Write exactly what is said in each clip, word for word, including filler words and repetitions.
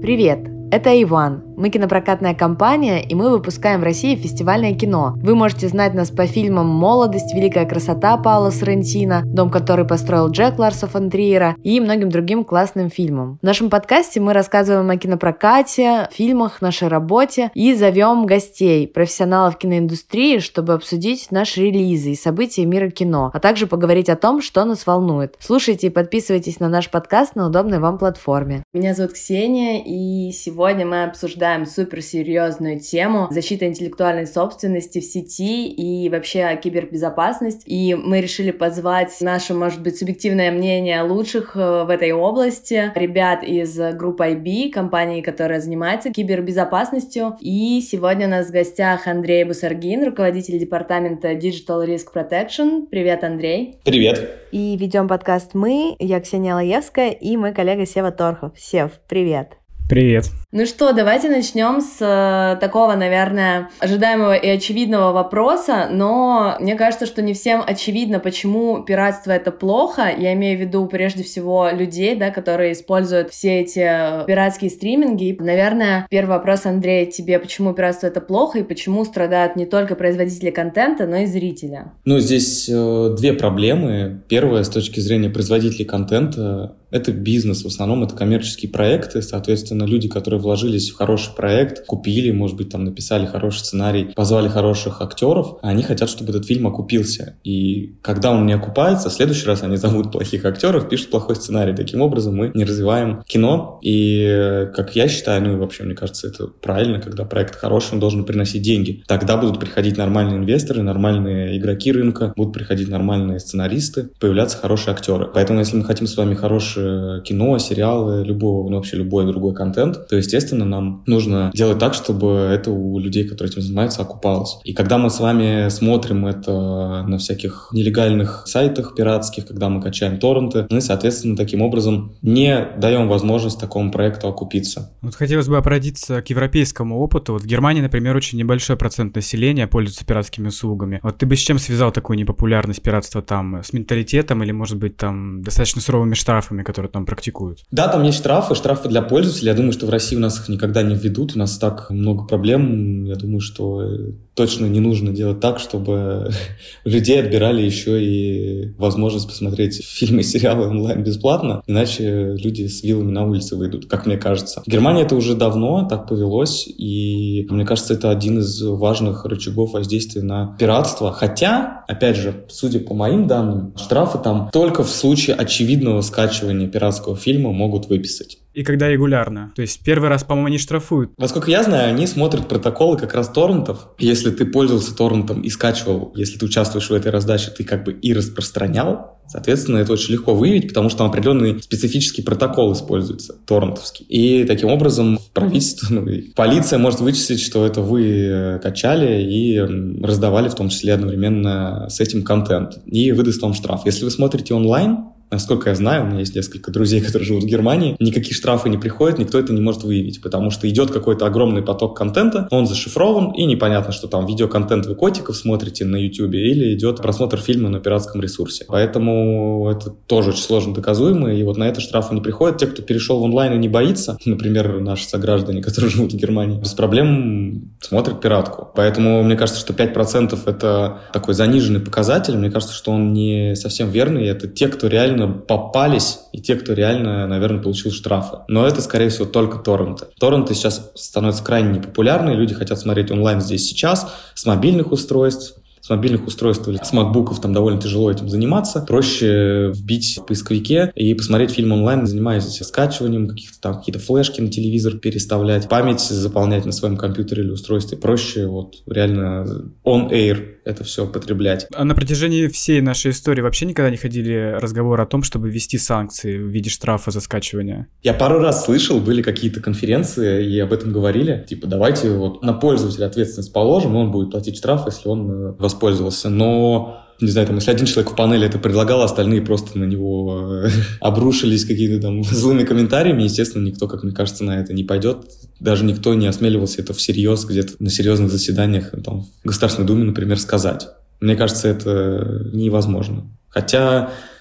Привет! Это Иван. Мы кинопрокатная компания, и мы выпускаем в России фестивальное кино. Вы можете знать нас по фильмам «Молодость», «Великая красота» Паула Соррентино, «Дом, который построил Джек» Ларса фон Триера и многим другим классным фильмам. В нашем подкасте мы рассказываем о кинопрокате, фильмах, нашей работе и зовем гостей, профессионалов киноиндустрии, чтобы обсудить наши релизы и события мира кино, а также поговорить о том, что нас волнует. Слушайте и подписывайтесь на наш подкаст на удобной вам платформе. Меня зовут Ксения, и сегодня мы обсуждаем суперсерьезную тему защиты интеллектуальной собственности в сети и вообще кибербезопасность. И мы решили позвать наше, может быть, субъективное мнение лучших в этой области, ребят из группы ай би, компании, которая занимается кибербезопасностью. И сегодня у нас в гостях Андрей Бусаргин, руководитель департамента Digital Risk Protection. Привет, Андрей. Привет. И ведем подкаст мы, я Ксения Лаевская и мой коллега Сева Торхов. Сев, привет. Привет. Ну что, давайте начнем с э, такого, наверное, ожидаемого и очевидного вопроса, но мне кажется, что не всем очевидно, почему пиратство — это плохо. Я имею в виду прежде всего людей, да, которые используют все эти пиратские стриминги. Наверное, первый вопрос, Андрей, тебе: почему пиратство — это плохо и почему страдают не только производители контента, но и зрители? Ну, здесь э, две проблемы. Первая, с точки зрения производителей контента, это бизнес, в основном это коммерческие проекты, соответственно, люди, которые вложились в хороший проект, купили, может быть, там написали хороший сценарий, позвали хороших актеров, они хотят, чтобы этот фильм окупился. И когда он не окупается, в следующий раз они зовут плохих актеров, пишут плохой сценарий. Таким образом мы не развиваем кино. И, как я считаю, ну и вообще, мне кажется, это правильно, когда проект хороший, он должен приносить деньги. Тогда будут приходить нормальные инвесторы, нормальные игроки рынка, будут приходить нормальные сценаристы, появляться хорошие актеры. Поэтому, если мы хотим с вами хорошее кино, сериалы, любого, ну вообще любой другой контент, то, естественно, нам нужно делать так, чтобы это у людей, которые этим занимаются, окупалось. И когда мы с вами смотрим это на всяких нелегальных сайтах пиратских, когда мы качаем торренты, мы, соответственно, таким образом не даем возможность такому проекту окупиться. Вот хотелось бы обратиться к европейскому опыту. Вот в Германии, например, очень небольшой процент населения пользуется пиратскими услугами. Вот ты бы с чем связал такую непопулярность пиратства там? С менталитетом или, может быть, там достаточно суровыми штрафами, которые там практикуют? Да, там есть штрафы, штрафы для пользователей. Я думаю, что в России у нас их никогда не введут. У нас так много проблем. Я думаю, что точно не нужно делать так, чтобы у людей отбирали еще и возможность посмотреть фильмы и сериалы онлайн бесплатно. Иначе люди с вилами на улице выйдут, как мне кажется. В Германии это уже давно так повелось. И мне кажется, это один из важных рычагов воздействия на пиратство. Хотя, опять же, судя по моим данным, штрафы там только в случае очевидного скачивания пиратского фильма могут выписать. И когда регулярно? То есть первый раз, по-моему, не штрафуют. Насколько я знаю, они смотрят протоколы как раз торрентов. Если ты пользовался торрентом и скачивал, если ты участвуешь в этой раздаче, ты как бы и распространял, соответственно, это очень легко выявить, потому что там определенный специфический протокол используется, торрентовский. И таким образом правительство, ну, полиция может вычислить, что это вы качали и раздавали в том числе одновременно с этим контент. И выдаст вам штраф. Если вы смотрите онлайн, насколько я знаю, у меня есть несколько друзей, которые живут в Германии, никакие штрафы не приходят, никто это не может выявить, потому что идет какой-то огромный поток контента, он зашифрован, и непонятно, что там видеоконтент вы котиков смотрите на YouTube или идет просмотр фильма на пиратском ресурсе. Поэтому это тоже очень сложно доказуемо, и вот на это штрафы не приходят. Те, кто перешел в онлайн и не боится, например, наши сограждане, которые живут в Германии, без проблем смотрят пиратку. Поэтому мне кажется, что пять процентов это такой заниженный показатель, мне кажется, что он не совсем верный, это те, кто реально попались, и те, кто реально, наверное, получил штрафы. Но это, скорее всего, только торренты. Торренты сейчас становятся крайне непопулярны, люди хотят смотреть онлайн здесь сейчас, с мобильных устройств. С мобильных устройств или с макбуков там довольно тяжело этим заниматься. Проще вбить в поисковике и посмотреть фильм онлайн, занимаясь скачиванием каких-то там, какие-то флешки на телевизор переставлять, память заполнять на своем компьютере или устройстве. Проще вот реально on air это все потреблять. А на протяжении всей нашей истории вообще никогда не ходили разговоры о том, чтобы ввести санкции в виде штрафа за скачивание? Я пару раз слышал, были какие-то конференции, и об этом говорили. Типа, давайте вот на пользователя ответственность положим, и он будет платить штраф, если он воспользовался. Но не знаю, там, если один человек в панели это предлагал, остальные просто на него обрушились какими-то там злыми комментариями, естественно, никто, как мне кажется, на это не пойдет. Даже никто не осмеливался это всерьез где-то на серьезных заседаниях, там, в Государственной Думе, например, сказать. Мне кажется, это невозможно. Хотя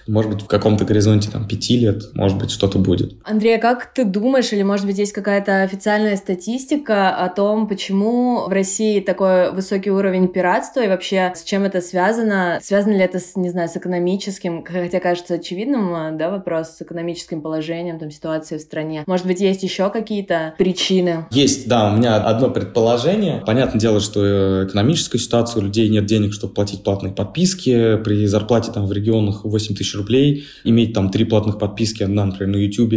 Может быть, в каком-то горизонте там пяти лет, может быть, что-то будет. Андрей, а как ты думаешь, или, может быть, есть какая-то официальная статистика о том, почему в России такой высокий уровень пиратства, и вообще с чем это связано? Связано ли это, с, не знаю, с экономическим, хотя кажется очевидным, да, вопрос с экономическим положением, там, ситуацией в стране? Может быть, есть еще какие-то причины? Есть, да, у меня одно предположение. Понятное дело, что экономическая ситуация, у людей нет денег, чтобы платить платные подписки. При зарплате там в регионах восемь тысяч рублей иметь там три платных подписки, одна, например, на YouTube,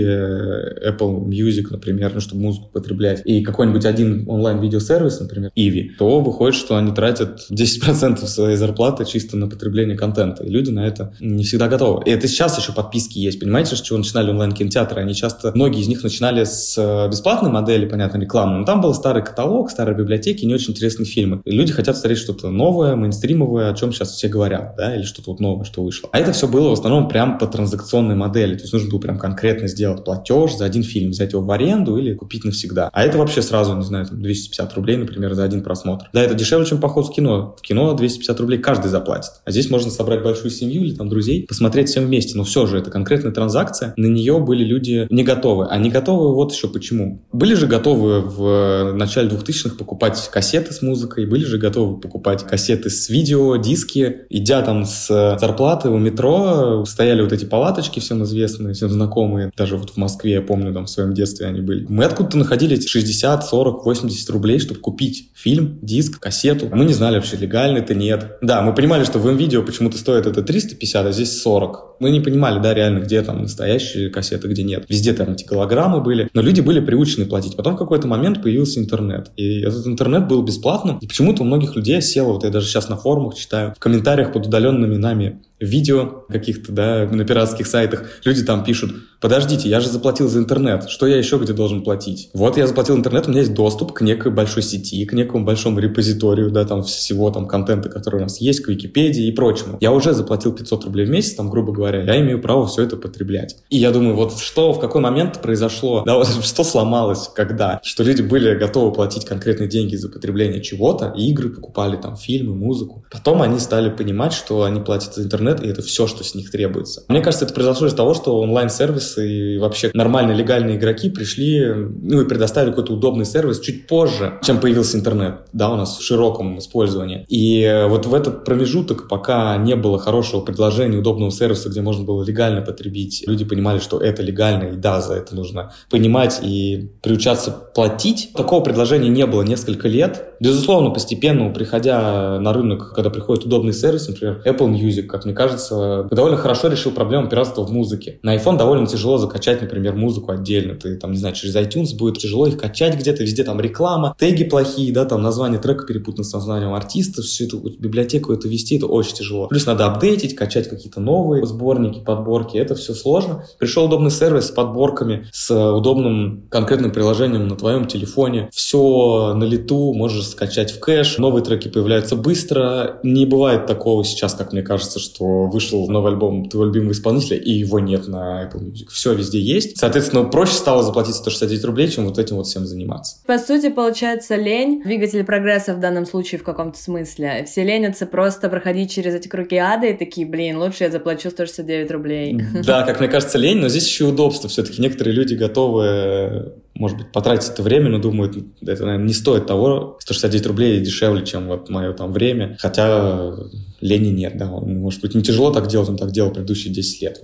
Apple Music, например, ну, чтобы музыку потреблять, и какой-нибудь один онлайн-видеосервис, например, Иви, то выходит, что они тратят десять процентов своей зарплаты чисто на потребление контента, и люди на это не всегда готовы. И это сейчас еще подписки есть, понимаете, с чего начинали онлайн-кинотеатры? Они часто, многие из них начинали с бесплатной модели, понятно, рекламы, но там был старый каталог, старые библиотеки, не очень интересные фильмы. И люди хотят смотреть что-то новое, мейнстримовое, о чем сейчас все говорят, да, или что-то вот новое, что вышло. А это все было в основном прям по транзакционной модели, то есть нужно было прям конкретно сделать платеж за один фильм, взять его в аренду или купить навсегда. А это вообще сразу, не знаю, там двести пятьдесят рублей, например, за один просмотр. Да, это дешевле, чем поход в кино. В кино двести пятьдесят рублей каждый заплатит. А здесь можно собрать большую семью или там друзей, посмотреть всем вместе. Но все же, это конкретная транзакция. На нее были люди не готовы. А не готовы вот еще почему. Были же готовы в начале двухтысячных покупать кассеты с музыкой, были же готовы покупать кассеты с видео, диски. Идя там с зарплаты у метро, стояли вот эти палаточки всем известные, всем знакомые. Даже вот в Москве, я помню, там в своем детстве они были. Мы откуда-то находили эти шестьдесят, сорок, восемьдесят рублей, чтобы купить фильм, диск, кассету. Мы не знали вообще, легально это, нет. Да, мы понимали, что в МВидео почему-то стоит это триста пятьдесят, а здесь сорок. Мы не понимали, да, реально, где там настоящие кассеты, где нет. Везде там эти голограммы были. Но люди были приучены платить. Потом в какой-то момент появился интернет. И этот интернет был бесплатным. И почему-то у многих людей осело, вот я даже сейчас на форумах читаю, в комментариях под удаленными нами видео каких-то, да, на пиратских сайтах, люди там пишут: подождите, я же заплатил за интернет, что я еще где должен платить? Вот я заплатил интернет, у меня есть доступ к некой большой сети, к некому большому репозиторию, да, там всего там контента, который у нас есть, к Википедии и прочему. Я уже заплатил пятьсот рублей в месяц, там, грубо говоря, я имею право все это потреблять. И я думаю, вот что, в какой момент произошло, да, вот, что сломалось, когда, что люди были готовы платить конкретные деньги за потребление чего-то, и игры покупали, там, фильмы, музыку. Потом они стали понимать, что они платят за интернет, и это все, что с них требуется. Мне кажется, это произошло из-за того, что онлайн-сервисы и вообще нормальные легальные игроки пришли, ну и предоставили какой-то удобный сервис чуть позже, чем появился интернет, да, у нас в широком использовании. И вот в этот промежуток, пока не было хорошего предложения, удобного сервиса, где можно было легально потребить, люди понимали, что это легально, и да, за это нужно понимать и приучаться платить. Такого предложения не было несколько лет. Безусловно, постепенно, приходя на рынок, когда приходит удобный сервис, например, Apple Music, как мне кажется, довольно хорошо решил проблему пиратства в музыке. На iPhone довольно тяжело закачать, например, музыку отдельно. Ты там, не знаю, через iTunes будет тяжело их качать где-то, везде там реклама, теги плохие, да, там название трека перепутано с названием артиста, всю эту библиотеку эту вести, это очень тяжело. Плюс надо апдейтить, качать какие-то новые сборники, подборки, это все сложно. Пришел удобный сервис с подборками, с удобным конкретным приложением на твоем телефоне. Все на лету, можешь скачать в кэш, новые треки появляются быстро. Не бывает такого сейчас, как мне кажется, что вышел новый альбом твоего любимого исполнителя, и его нет на Apple Music. Все везде есть. Соответственно, проще стало заплатить сто шестьдесят девять рублей, чем вот этим вот всем заниматься. По сути, получается, лень — двигатель прогресса в данном случае в каком-то смысле. Все ленятся просто проходить через эти круги ада и такие: блин, лучше я заплачу сто шестьдесят девять рублей. Да, как мне кажется, лень, но здесь еще удобство. Все-таки некоторые люди готовы, может быть, потратить это время, но думают, это, наверное, не стоит того. сто шестьдесят девять рублей дешевле, чем вот мое там время. Хотя лени нет, да. Может быть, не тяжело так делать, он так делал предыдущие десять лет.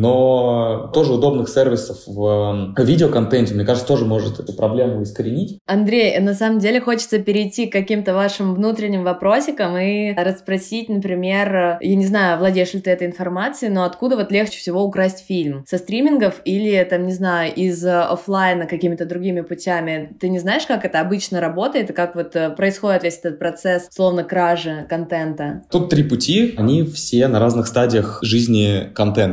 Но тоже удобных сервисов в видеоконтенте, мне кажется, тоже может эту проблему искоренить. Андрей, на самом деле хочется перейти к каким-то вашим внутренним вопросикам и расспросить, например, я не знаю, владеешь ли ты этой информацией, но откуда вот легче всего украсть фильм? Со стримингов или, там, не знаю, из офлайна какими-то другими путями? Ты не знаешь, как это обычно работает и как вот происходит весь этот процесс, словно кражи контента? Тут три пути, они все на разных стадиях жизни контента.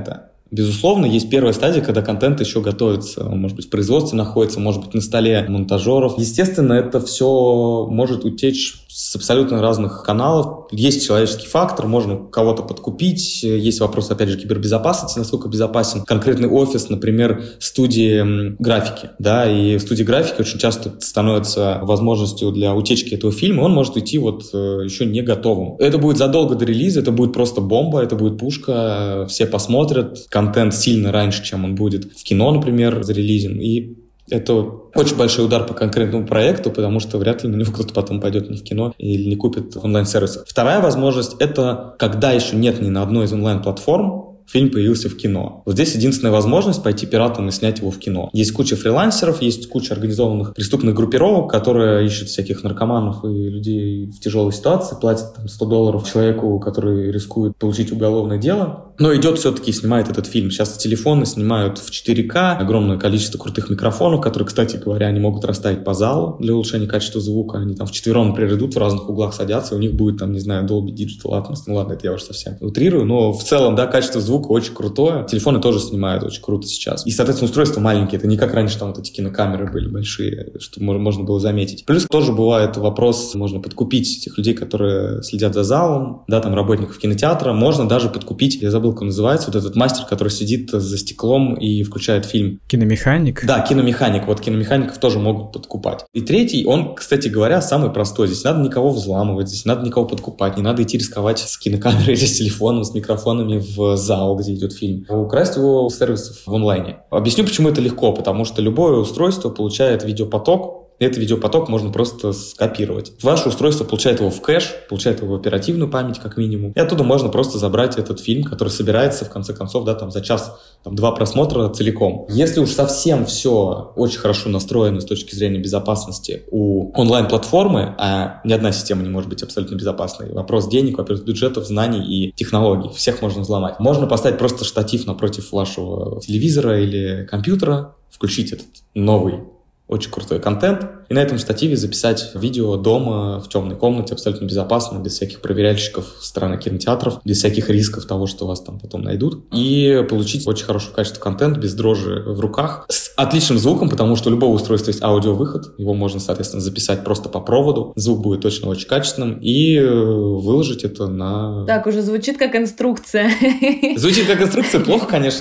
Безусловно, есть первая стадия, когда контент еще готовится. Он, может быть, в производстве находится, может быть, на столе монтажеров. Естественно, это все может утечь с абсолютно разных каналов. Есть человеческий фактор, можно кого-то подкупить. Есть вопрос, опять же, кибербезопасности, насколько безопасен конкретный офис, например, студии графики. Да, и в студии графики очень часто становится возможностью для утечки этого фильма. Он может уйти вот еще не готовым. Это будет задолго до релиза, это будет просто бомба, это будет пушка. Все посмотрят контент сильно раньше, чем он будет в кино, например, зарелизен. И это очень большой удар по конкретному проекту, потому что вряд ли на него кто-то потом пойдет не в кино или не купит в онлайн-сервисах. Вторая возможность — это когда еще нет ни на одной из онлайн-платформ, фильм появился в кино. Вот здесь единственная возможность пойти пиратом и снять его в кино. Есть куча фрилансеров, есть куча организованных преступных группировок, которые ищут всяких наркоманов и людей в тяжелой ситуации, платят там, сто долларов человеку, который рискует получить уголовное дело, но идет все-таки и снимает этот фильм. Сейчас телефоны снимают в четыре ка, огромное количество крутых микрофонов, которые, кстати говоря, они могут расставить по залу для улучшения качества звука. Они там вчетвером, например, идут, в разных углах садятся, у них будет там, не знаю, Dolby Digital Atmos. Ну ладно, это я уже совсем утрирую, но в целом, да, качество звука очень крутое. Телефоны тоже снимают очень круто сейчас. И, соответственно, устройства маленькие. Это не как раньше там вот эти кинокамеры были большие, что можно было заметить. Плюс тоже бывает вопрос, можно подкупить тех людей, которые следят за залом, да, там работников кинотеатра. Можно даже подкупить, я забыл, как он называется, вот этот мастер, который сидит за стеклом и включает фильм. Киномеханик? Да, киномеханик. Вот киномехаников тоже могут подкупать. И третий, он, кстати говоря, самый простой. Здесь не надо никого взламывать, здесь не надо никого подкупать, не надо идти рисковать с кинокамерой или с телефоном, с микрофонами в зал, где идет фильм. Украсть его с сервисов в онлайне. Объясню, почему это легко. Потому что любое устройство получает видеопоток, и этот видеопоток можно просто скопировать. Ваше устройство получает его в кэш, получает его в оперативную память, как минимум. И оттуда можно просто забрать этот фильм, который собирается, в конце концов, да, там, за час, там, два просмотра целиком. Если уж совсем все очень хорошо настроено с точки зрения безопасности у онлайн-платформы, а ни одна система не может быть абсолютно безопасной. Вопрос денег, вопрос бюджетов, знаний и технологий. Всех можно взломать. Можно поставить просто штатив напротив вашего телевизора или компьютера, включить этот новый очень крутой контент, и на этом штативе записать видео дома, в темной комнате, абсолютно безопасно, без всяких проверяльщиков со стороны кинотеатров, без всяких рисков того, что вас там потом найдут, и получить очень хорошего качества контент без дрожи в руках, с отличным звуком, потому что у любого устройства есть аудиовыход, его можно, соответственно, записать просто по проводу, звук будет точно очень качественным, и выложить это на... Так, уже звучит как инструкция. Звучит как инструкция, плохо, конечно,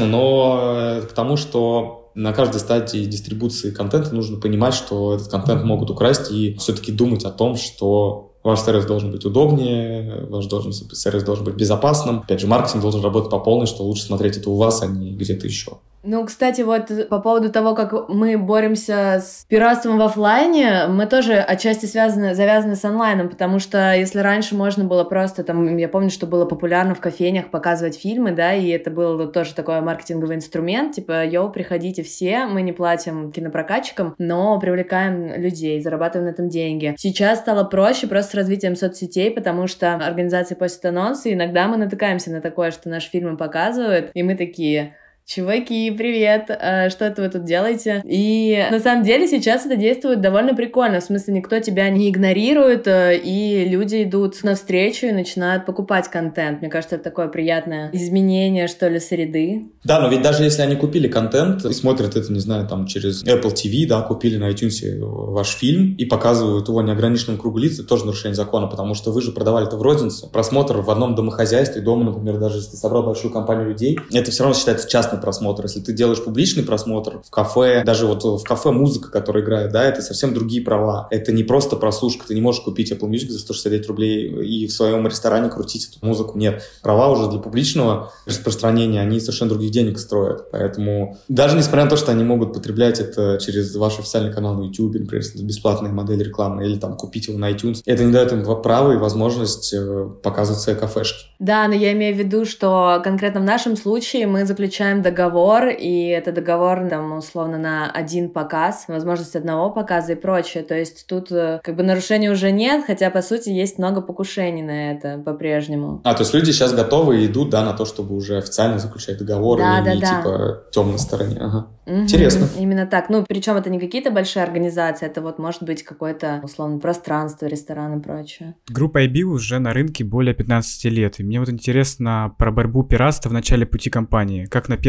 но к тому, что на каждой стадии дистрибуции контента нужно понимать, что этот контент могут украсть, и все-таки думать о том, что ваш сервис должен быть удобнее, ваш должен, сервис должен быть безопасным. Опять же, маркетинг должен работать по полной, что лучше смотреть это у вас, а не где-то еще. Ну, кстати, вот по поводу того, как мы боремся с пиратством в офлайне, мы тоже отчасти связаны, завязаны с онлайном, потому что если раньше можно было просто, там, я помню, что было популярно в кофейнях показывать фильмы, да, и это был тоже такой маркетинговый инструмент, типа, йоу, приходите все, мы не платим кинопрокатчикам, но привлекаем людей, зарабатываем на этом деньги. Сейчас стало проще просто с развитием соцсетей, потому что организации постят анонсы, и иногда мы натыкаемся на такое, что наши фильмы показывают, и мы такие... Чуваки, привет, что это вы тут делаете? И на самом деле сейчас это действует довольно прикольно, в смысле никто тебя не игнорирует, и люди идут навстречу и начинают покупать контент. Мне кажется, это такое приятное изменение, что ли, среды. Да, но ведь даже если они купили контент и смотрят это, не знаю, там через Apple ти ви, да, купили на iTunes ваш фильм и показывают его неограниченному кругу лиц, это тоже нарушение закона, потому что вы же продавали это в розницу. Просмотр в одном домохозяйстве, дома, например, даже если ты собрал большую компанию людей, это все равно считается частным просмотр. Если ты делаешь публичный просмотр в кафе, даже вот в кафе музыка, которая играет, да, это совсем другие права. Это не просто прослушка. Ты не можешь купить Apple Music за сто шестьдесят девять рублей и в своем ресторане крутить эту музыку. Нет. Права уже для публичного распространения, они совершенно других денег строят. Поэтому даже несмотря на то, что они могут потреблять это через ваш официальный канал на YouTube, например, если это бесплатная модель рекламы, или там купить его на iTunes, это не дает им право и возможность показывать свои кафешки. Да, но я имею в виду, что конкретно в нашем случае мы заключаем договор, и это договор, там, условно, на один показ, возможность одного показа и прочее. То есть тут как бы нарушений уже нет, хотя, по сути, есть много покушений на это по-прежнему. А, то есть люди сейчас готовы и идут, да, на то, чтобы уже официально заключать договор, да, и да, не да. типа темной стороне. Ага. Угу. Интересно. Именно так. Ну, причем это не какие-то большие организации, это вот может быть какое-то, условно, пространство, ресторан и прочее. Группа ай би уже на рынке более пятнадцати лет, и мне вот интересно про борьбу пиратства в начале пути компании. Как на первых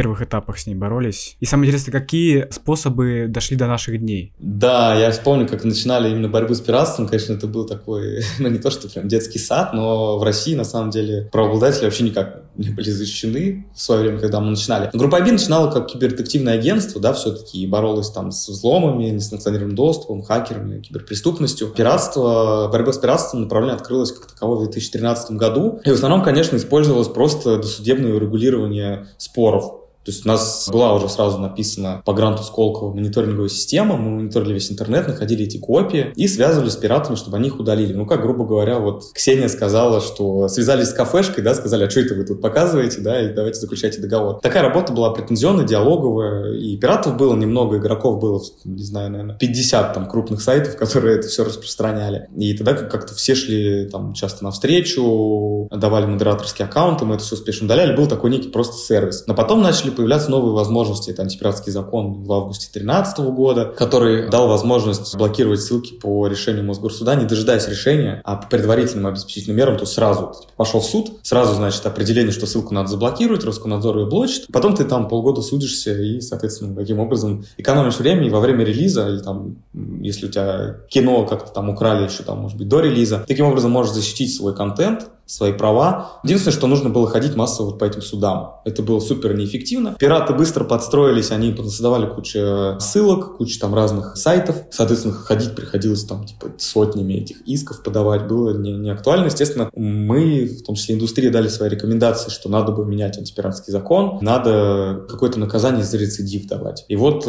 первых этапах с ней боролись? И самое интересное, какие способы дошли до наших дней? Да, я вспомню, как начинали именно борьбу с пиратством. Конечно, это был такой, ну не то, что прям детский сад, но в России, на самом деле, правообладатели вообще никак не были защищены в свое время, когда мы начинали. Группа ай би начинала как кибердетективное агентство, да, все-таки, и боролась там с взломами, несанкционированным доступом, хакерами, киберпреступностью. Пиратство, борьба с пиратством направление открылось как таковое в две тысячи тринадцатом году. И в основном, конечно, использовалось просто досудебное урегулирование споров. То есть у нас была уже сразу написана по гранту Сколково мониторинговая система, мы мониторили весь интернет, находили эти копии и связывались с пиратами, чтобы они их удалили. Ну, как, грубо говоря, вот Ксения сказала, что связались с кафешкой, да, сказали, а что это вы тут показываете, да, и давайте заключайте договор. Такая работа была претензионная, диалоговая, и пиратов было немного, игроков было, не знаю, наверное, пятьдесят там крупных сайтов, которые это все распространяли. И тогда как-то все шли там часто навстречу, давали модераторские аккаунты, мы это все успешно удаляли, был такой некий просто сервис. Но потом начали появляться новые возможности. Это антипиратский закон в августе две тысячи тринадцатого года, который дал возможность блокировать ссылки по решению Мосгорсуда, не дожидаясь решения, а по предварительным обеспечительным мерам, то есть сразу типа, пошел в суд, сразу, значит, определение, что ссылку надо заблокировать, Роскомнадзор ее блочит, потом ты там полгода судишься и, соответственно, таким образом экономишь время и во время релиза, или там, если у тебя кино как-то там украли еще там, может быть, до релиза, таким образом можешь защитить свой контент, свои права. Единственное, что нужно было ходить массово по этим судам. Это было супер неэффективно. Пираты быстро подстроились, они создавали кучу ссылок, кучу там разных сайтов. Соответственно, ходить приходилось там типа сотнями этих исков подавать. Было не, не актуально. Естественно, мы, в том числе индустрия, дали свои рекомендации, что надо бы менять антипиратский закон, надо какое-то наказание за рецидив давать. И вот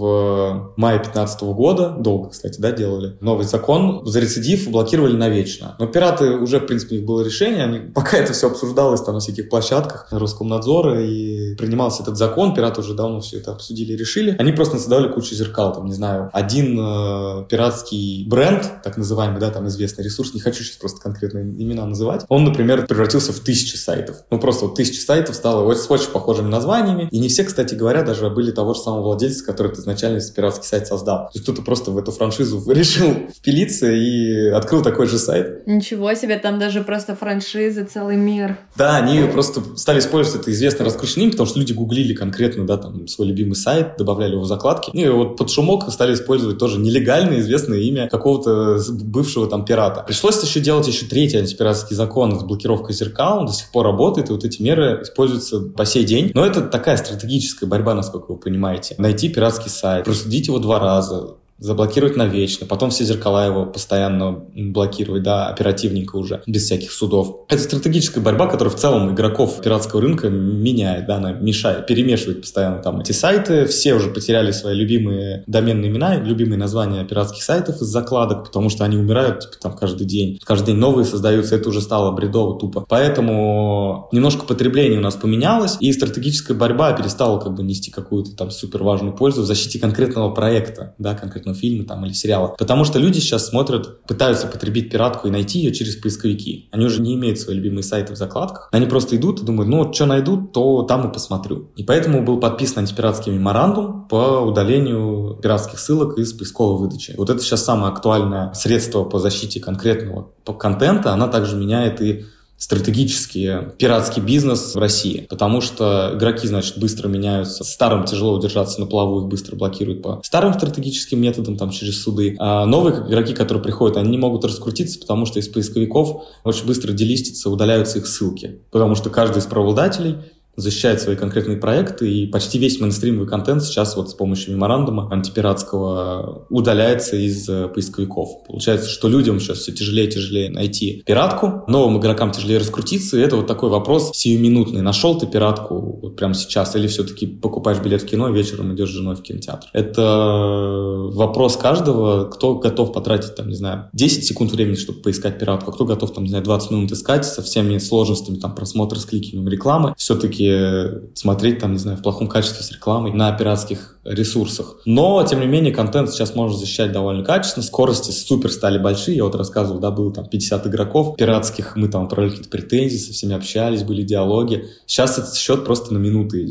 в мае две тысячи пятнадцатого года, долго, кстати, да, делали, новый закон за рецидив блокировали навечно. Но пираты уже, в принципе, их было решение. Они, пока это все обсуждалось там на всяких площадках Роскомнадзора и принимался этот закон, пираты уже давно все это обсудили и решили. Они просто создавали кучу зеркал, там, не знаю, один э, пиратский бренд, так называемый, да, там известный ресурс, не хочу сейчас просто конкретные имена называть, он, например, превратился в тысячи сайтов. Ну, просто вот тысячи сайтов стало с очень похожими названиями, и не все, кстати говоря, даже были того же самого владельца, который изначально пиратский сайт создал. То есть кто-то просто в эту франшизу решил впилиться и открыл такой же сайт. Ничего себе, там даже просто франшиза франшизы, целый мир. Да, они просто стали использовать это известное раскрученное имя, потому что люди гуглили конкретно, да, там, свой любимый сайт, добавляли его в закладки. И вот под шумок стали использовать тоже нелегальное известное имя какого-то бывшего там пирата. Пришлось еще делать еще третий антипиратский закон с блокировкой зеркал, он до сих пор работает, и вот эти меры используются по сей день. Но это такая стратегическая борьба, насколько вы понимаете. Найти пиратский сайт, проследить его два раза, заблокировать навечно, потом все зеркала его постоянно блокировать, да, оперативненько уже, без всяких судов. Это стратегическая борьба, которая в целом игроков пиратского рынка меняет, да, она мешает, перемешивает постоянно там эти сайты, все уже потеряли свои любимые доменные имена, любимые названия пиратских сайтов из закладок, потому что они умирают, типа, там, каждый день. Каждый день новые создаются, это уже стало бредово, тупо. Поэтому немножко потребление у нас поменялось, и стратегическая борьба перестала как бы нести какую-то там супер важную пользу в защите конкретного проекта, да, конкретно фильмы там или сериалы. Потому что люди сейчас смотрят, пытаются потребить пиратку и найти ее через поисковики. Они уже не имеют свои любимые сайты в закладках. Они просто идут и думают, ну, что найдут, то там и посмотрю. И поэтому был подписан антипиратский меморандум по удалению пиратских ссылок из поисковой выдачи. Вот это сейчас самое актуальное средство по защите конкретного контента. Она также меняет и стратегический пиратский бизнес в России, потому что игроки, значит, быстро меняются, старым тяжело удержаться на плаву, их быстро блокируют по старым стратегическим методам, там, через суды. А новые игроки, которые приходят, они не могут раскрутиться, потому что из поисковиков очень быстро делистятся, удаляются их ссылки, потому что каждый из правообладателей защищает свои конкретные проекты, и почти весь мейнстримовый контент сейчас вот с помощью меморандума антипиратского удаляется из э, поисковиков. Получается, что людям сейчас все тяжелее и тяжелее найти пиратку, новым игрокам тяжелее раскрутиться, и это вот такой вопрос сиюминутный. Нашел ты пиратку вот прямо сейчас, или все-таки покупаешь билет в кино, вечером идешь с женой в кинотеатр? Это вопрос каждого, кто готов потратить, там, не знаю, десять секунд времени, чтобы поискать пиратку, а кто готов, там, не знаю, двадцать минут искать со всеми сложностями, там, просмотра с кликами рекламы. Все-таки смотреть, там, не знаю, в плохом качестве с рекламой на пиратских ресурсах. Но, тем не менее, контент сейчас можно защищать довольно качественно. Скорости супер стали большие. Я вот рассказывал, да, было там пятьдесят игроков пиратских. Мы там отправили какие-то претензии, со всеми общались, были диалоги. Сейчас этот счет просто на минуты идет.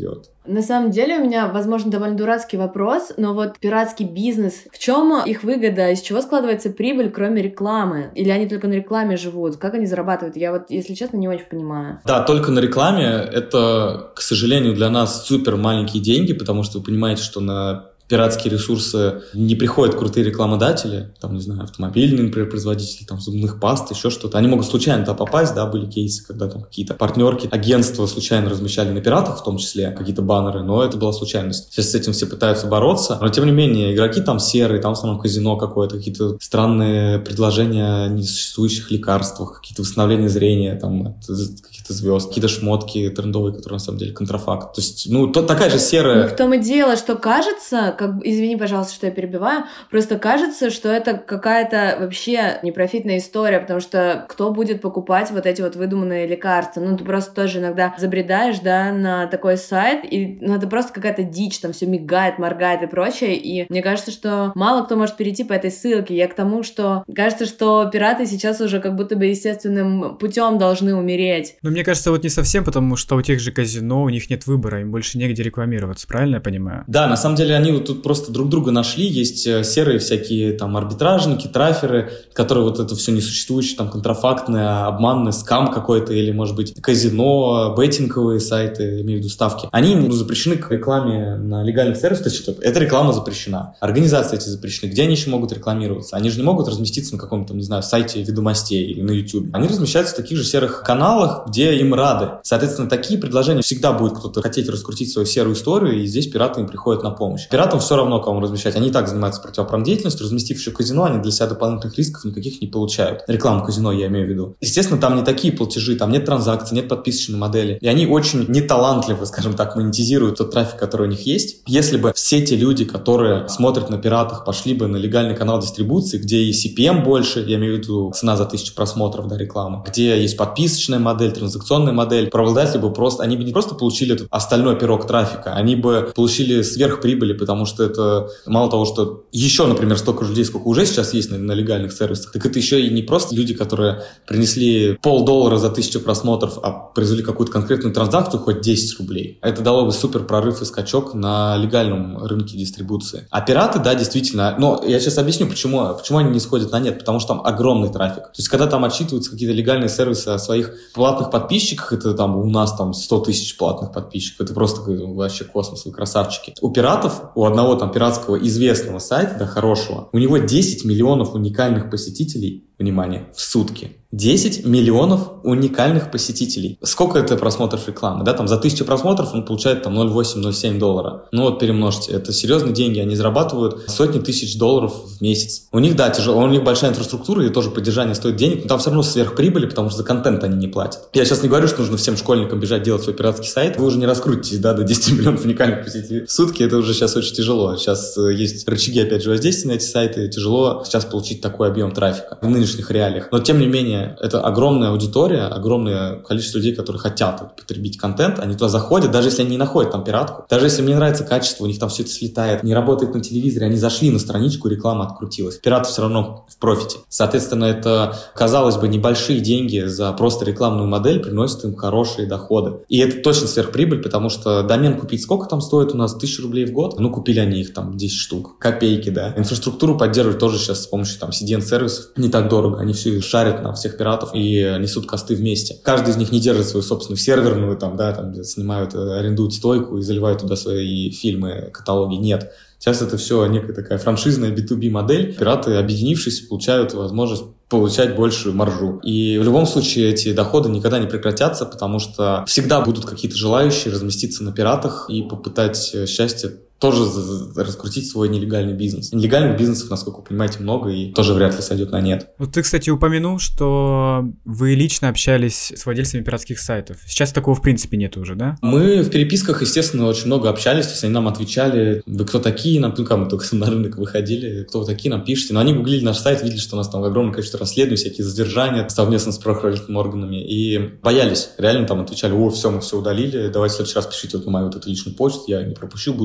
На самом деле у меня, возможно, довольно дурацкий вопрос, но вот пиратский бизнес, в чем их выгода, из чего складывается прибыль, кроме рекламы? Или они только на рекламе живут? Как они зарабатывают? Я вот, если честно, не очень понимаю. Да, только на рекламе. Это, к сожалению, для нас супер маленькие деньги, потому что вы понимаете, что на пиратские ресурсы не приходят крутые рекламодатели, там, не знаю, автомобильные, например, производители, там, зубных паст, еще что-то. Они могут случайно туда попасть, да, были кейсы, когда там какие-то партнерки, агентства случайно размещали на пиратах, в том числе какие-то баннеры, но это была случайность. Сейчас с этим все пытаются бороться, но, тем не менее, игроки там серые, там в основном казино какое-то, какие-то странные предложения о несуществующих лекарствах, какие-то восстановления зрения, там, от каких-то звезд, какие-то шмотки трендовые, которые на самом деле контрафакт. То есть, ну, то, такая же серая... Ну, в том и дело, что кажется, как, извини, пожалуйста, что я перебиваю, просто кажется, что это какая-то вообще непрофитная история, потому что кто будет покупать вот эти вот выдуманные лекарства? Ну, ты просто тоже иногда забредаешь, да, на такой сайт, и ну, это просто какая-то дичь, там все мигает, моргает и прочее, и мне кажется, что мало кто может перейти по этой ссылке. Я к тому, что кажется, что пираты сейчас уже как будто бы естественным путем должны умереть. Но мне кажется, вот не совсем, потому что у тех же казино, у них нет выбора, им больше негде рекламироваться, правильно я понимаю? Да, на самом деле они вот тут просто друг друга нашли, есть серые всякие там арбитражники, траферы, которые вот это все несуществующее, там контрафактное, обманное, скам какой-то, или может быть казино, беттинговые сайты, имею в виду ставки, они ну, запрещены к рекламе на легальных сервисах, то есть эта реклама запрещена, организации эти запрещены, где они еще могут рекламироваться? Они же не могут разместиться на каком-то, не знаю, сайте ведомостей или на YouTube. Они размещаются в таких же серых каналах, где им рады. Соответственно, такие предложения всегда будет кто-то хотеть раскрутить свою серую историю, и здесь пираты им приходят на помощь. Пиратам все равно, кому размещать. Они и так занимаются противоправной деятельностью, разместив еще казино, они для себя дополнительных рисков никаких не получают. Рекламу казино я имею в виду. Естественно, там не такие платежи, там нет транзакций, нет подписочной модели. И они очень неталантливо, скажем так, монетизируют тот трафик, который у них есть. Если бы все те люди, которые смотрят на пиратах, пошли бы на легальный канал дистрибуции, где и си пи эм больше, я имею в виду цена за тысячу просмотров, да, рекламы, где есть подписочная модель, транзакционная модель, правообладатели бы просто, они бы не просто получили этот остальной пирог трафика, они бы получили сверхприбыли, потому что это мало того, что еще, например, столько же людей, сколько уже сейчас есть на, на легальных сервисах, так это еще и не просто люди, которые принесли полдоллара за тысячу просмотров, а произвели какую-то конкретную транзакцию, хоть десять рублей. Это дало бы супер прорыв и скачок на легальном рынке дистрибуции. А пираты, да, действительно, но я сейчас объясню, почему, почему они не сходят на нет, потому что там огромный трафик. То есть, когда там отчитываются какие-то легальные сервисы о своих платных подписчиках, это там у нас там сто тысяч платных подписчиков, это просто вообще космос, вы красавчики. У пиратов, у одного там пиратского известного сайта, да, хорошего, у него десять миллионов уникальных посетителей, внимание, в сутки. десять миллионов уникальных посетителей. Сколько это просмотров рекламы? Да, там за тысячу просмотров он получает там ноль целых восемь - ноль целых семь доллара. Ну вот перемножьте. Это серьезные деньги. Они зарабатывают сотни тысяч долларов в месяц. У них, да, тяжело. У них большая инфраструктура, и тоже поддержание стоит денег, но там все равно сверхприбыли, потому что за контент они не платят. Я сейчас не говорю, что нужно всем школьникам бежать делать свой пиратский сайт. Вы уже не раскрутитесь, да, до десяти миллионов уникальных посетителей в сутки. Это уже сейчас очень тяжело. Сейчас есть рычаги, опять же, воздействия на эти сайты. Тяжело сейчас получить такой объем трафика в нынешних реалиях. Но, тем не менее, это огромная аудитория, огромное количество людей, которые хотят потребить контент, они туда заходят, даже если они не находят там пиратку, даже если им не нравится качество, у них там все это слетает, не работает на телевизоре, они зашли на страничку, реклама открутилась. Пираты все равно в профите. Соответственно, это, казалось бы, небольшие деньги за просто рекламную модель приносят им хорошие доходы. И это точно сверхприбыль, потому что домен купить сколько там стоит у нас? Тысячу рублей в год? Ну, купили они их там десять штук. Копейки, да. Инфраструктуру поддерживать тоже сейчас с помощью там си ди эн-сервисов не так дорого. Они все шарят на всех пиратов и несут косты вместе. Каждый из них не держит свою собственную серверную, там, да, там снимают, арендуют стойку и заливают туда свои фильмы, каталоги. Нет. Сейчас это все некая такая франшизная би ту би модель. Пираты, объединившись, получают возможность получать большую маржу. И в любом случае эти доходы никогда не прекратятся, потому что всегда будут какие-то желающие разместиться на пиратах и попытать счастье тоже раскрутить свой нелегальный бизнес. Нелегальных бизнесов, насколько вы понимаете, много, и тоже вряд ли сойдет на нет. Вот ты, кстати, упомянул, что вы лично общались с владельцами пиратских сайтов. Сейчас такого в принципе нет уже, да? Мы в переписках, естественно, очень много общались, то есть они нам отвечали, вы кто такие, нам, ну как мы только на рынок выходили, кто вы такие, нам пишите. Но они гуглили наш сайт, видели, что у нас там огромное количество расследований, всякие задержания совместно с правоохранительными органами, и боялись. Реально там отвечали: о, все, мы все удалили, давайте в следующий раз пишите вот на мою вот эту личную почту, я не пропущу, буду удалять.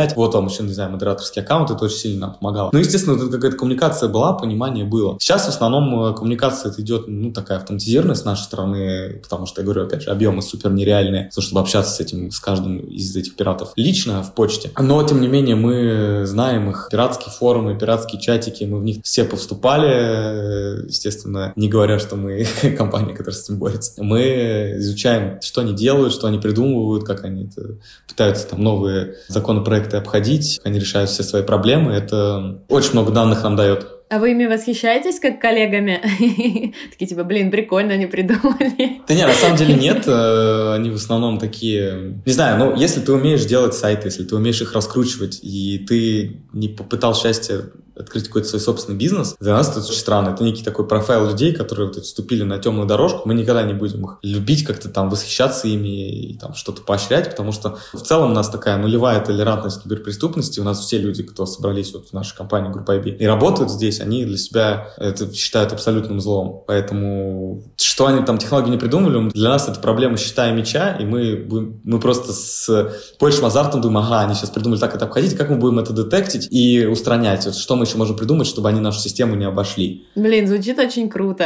проверять. Вот вам еще, не знаю, модераторский аккаунт, это очень сильно нам помогало. Ну, естественно, вот какая-то коммуникация была, понимание было. Сейчас в основном коммуникация это идет, ну, такая автоматизированная с нашей стороны, потому что, я говорю, опять же, объемы супер нереальные, чтобы общаться с этим, с каждым из этих пиратов лично в почте. Но, тем не менее, мы знаем их пиратские форумы, пиратские чатики, мы в них все повступали, естественно, не говоря, что мы компания, которая с этим борется. Мы изучаем, что они делают, что они придумывают, как они это, пытаются там новые законопроекты обходить, как они решают все свои проблемы. Это очень много данных нам дает. А вы ими восхищаетесь как коллегами? Такие типа, блин, прикольно они придумали. Да не, на самом деле нет. Они в основном такие... Не знаю, ну, если ты умеешь делать сайты, если ты умеешь их раскручивать, и ты не попытал счастья открыть какой-то свой собственный бизнес, для нас это очень странно. Это некий такой профайл людей, которые вот вступили на темную дорожку. Мы никогда не будем их любить, как-то там восхищаться ими и там что-то поощрять, потому что в целом у нас такая нулевая толерантность к киберпреступности. У нас все люди, кто собрались вот в нашей компании Группа ай би и работают здесь, они для себя это считают абсолютным злом. Поэтому что они там технологии не придумали, для нас это проблема щита и меча, и мы, будем, мы просто с большим азартом думаем, ага, они сейчас придумали так это обходить, как мы будем это детектить и устранять. Вот что мы еще можем придумать, чтобы они нашу систему не обошли. Блин, звучит очень круто.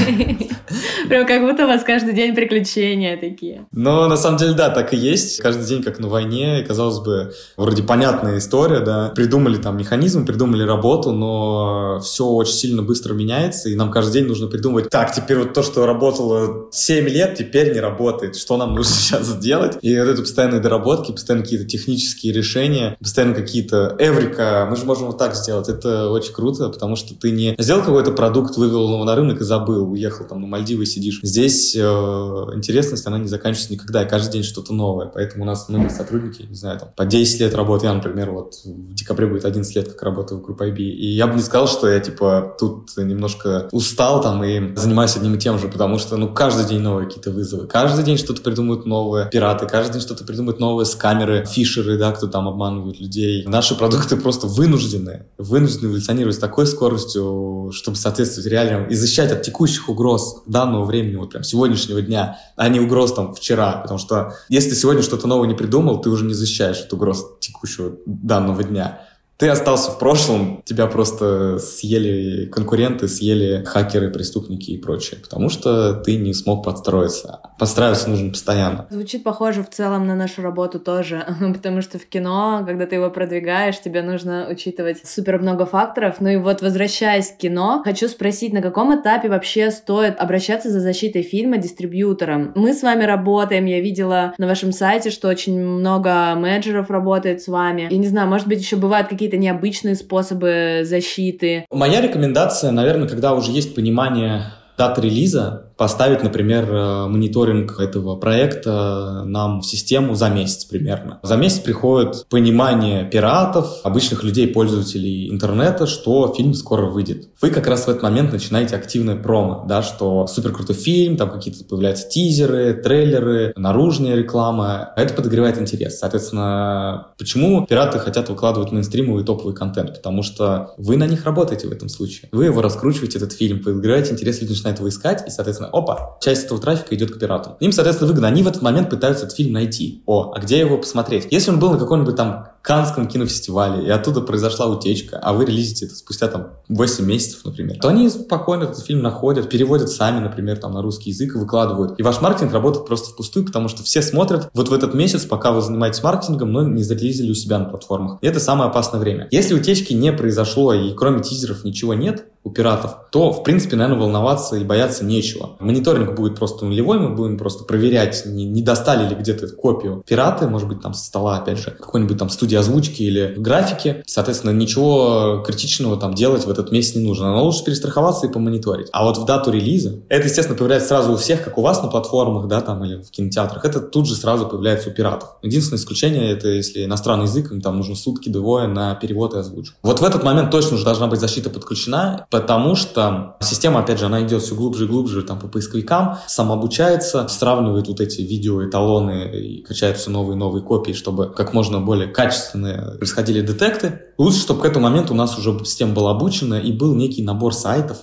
Прям как будто у вас каждый день приключения такие. Но на самом деле, да, так и есть. Каждый день как на войне. И, казалось бы, вроде понятная история, да. Придумали там механизм, придумали работу, но все очень сильно быстро меняется, и нам каждый день нужно придумывать, так, теперь вот то, что работало семь лет, теперь не работает. Что нам нужно сейчас сделать? И вот это постоянные доработки, постоянно какие-то технические решения, постоянно какие-то эврика. Мы же можем вот так сделать. Это очень круто, потому что ты не сделал какой-то продукт, вывел его на рынок и забыл, уехал там на Мальдивы и сидишь. Здесь э, интересность, она не заканчивается никогда, и каждый день что-то новое. Поэтому у нас многие сотрудники, не знаю, там, по десять лет работы. Я, например, вот в декабре будет одиннадцать лет, как работаю в Группе ай би. И я бы не сказал, что я, типа, тут немножко устал там и занимаюсь одним и тем же, потому что, ну, каждый день новые какие-то вызовы. Каждый день что-то придумывают новые пираты, каждый день что-то придумывают новые скамеры, фишеры, да, кто там обманывают людей. Наши продукты просто вынуждены, вынуждены эволюционировать с такой скоростью, чтобы соответствовать реалиям и защищать от текущих угроз данного времени, вот прям сегодняшнего дня, а не угроз там вчера. Потому что если ты сегодня что-то новое не придумал, ты уже не защищаешь от угроз текущего данного дня. Ты остался в прошлом, тебя просто съели конкуренты, съели хакеры, преступники и прочее, потому что ты не смог подстроиться. Подстраиваться нужно постоянно. Звучит похоже в целом на нашу работу тоже, потому что в кино, когда ты его продвигаешь, тебе нужно учитывать супер много факторов. Ну и вот, возвращаясь к кино, хочу спросить, на каком этапе вообще стоит обращаться за защитой фильма дистрибьютором? Мы с вами работаем, я видела на вашем сайте, что очень много менеджеров работает с вами. Я не знаю, может быть, еще бывают какие-то какие-то необычные способы защиты? Моя рекомендация, наверное, когда уже есть понимание даты релиза, поставить, например, мониторинг этого проекта нам в систему за месяц примерно. За месяц приходит понимание пиратов, обычных людей, пользователей интернета, что фильм скоро выйдет. Вы как раз в этот момент начинаете активное промо, да, что супер крутой фильм, там какие-то появляются тизеры, трейлеры, наружная реклама. Это подогревает интерес. Соответственно, почему пираты хотят выкладывать мейнстримовый топовый контент? Потому что вы на них работаете в этом случае. Вы его раскручиваете, этот фильм, подогреваете интерес, люди начинают его искать, и, соответственно, опа, часть этого трафика идет к пиратам. Им, соответственно, выгодно. Они в этот момент пытаются этот фильм найти. О, а где его посмотреть? Если он был на каком-нибудь там Каннском кинофестивале, и оттуда произошла утечка, а вы релизите это спустя там восемь месяцев, например, то они спокойно этот фильм находят, переводят сами, например, там на русский язык и выкладывают. И ваш маркетинг работает просто впустую, потому что все смотрят вот в этот месяц, пока вы занимаетесь маркетингом, но не зарелизили у себя на платформах. И это самое опасное время. Если утечки не произошло, и кроме тизеров ничего нет у пиратов, то, в принципе, наверное, волноваться и бояться нечего. Мониторинг будет просто нулевой, мы будем просто проверять, не, не достали ли где-то копию пираты, может быть, там со стола, опять же, какой-нибудь там студии озвучки или графики. Соответственно, ничего критичного там делать в этот месяц не нужно. Но лучше перестраховаться и помониторить. А вот в дату релиза, это, естественно, появляется сразу у всех, как у вас на платформах, да, там, или в кинотеатрах, это тут же сразу появляется у пиратов. Единственное исключение, это если иностранный язык, им там нужно сутки-двое на перевод и озвучку. Вот в этот момент точно уже должна быть защита подключена, потому что система, опять же, она идет все глубже и глубже там, по поисковикам, самообучается, сравнивает вот эти видеоэталоны и качает все новые и новые копии, чтобы как можно более качественные происходили детекты. Лучше, чтобы к этому моменту у нас уже система была обучена и был некий набор сайтов,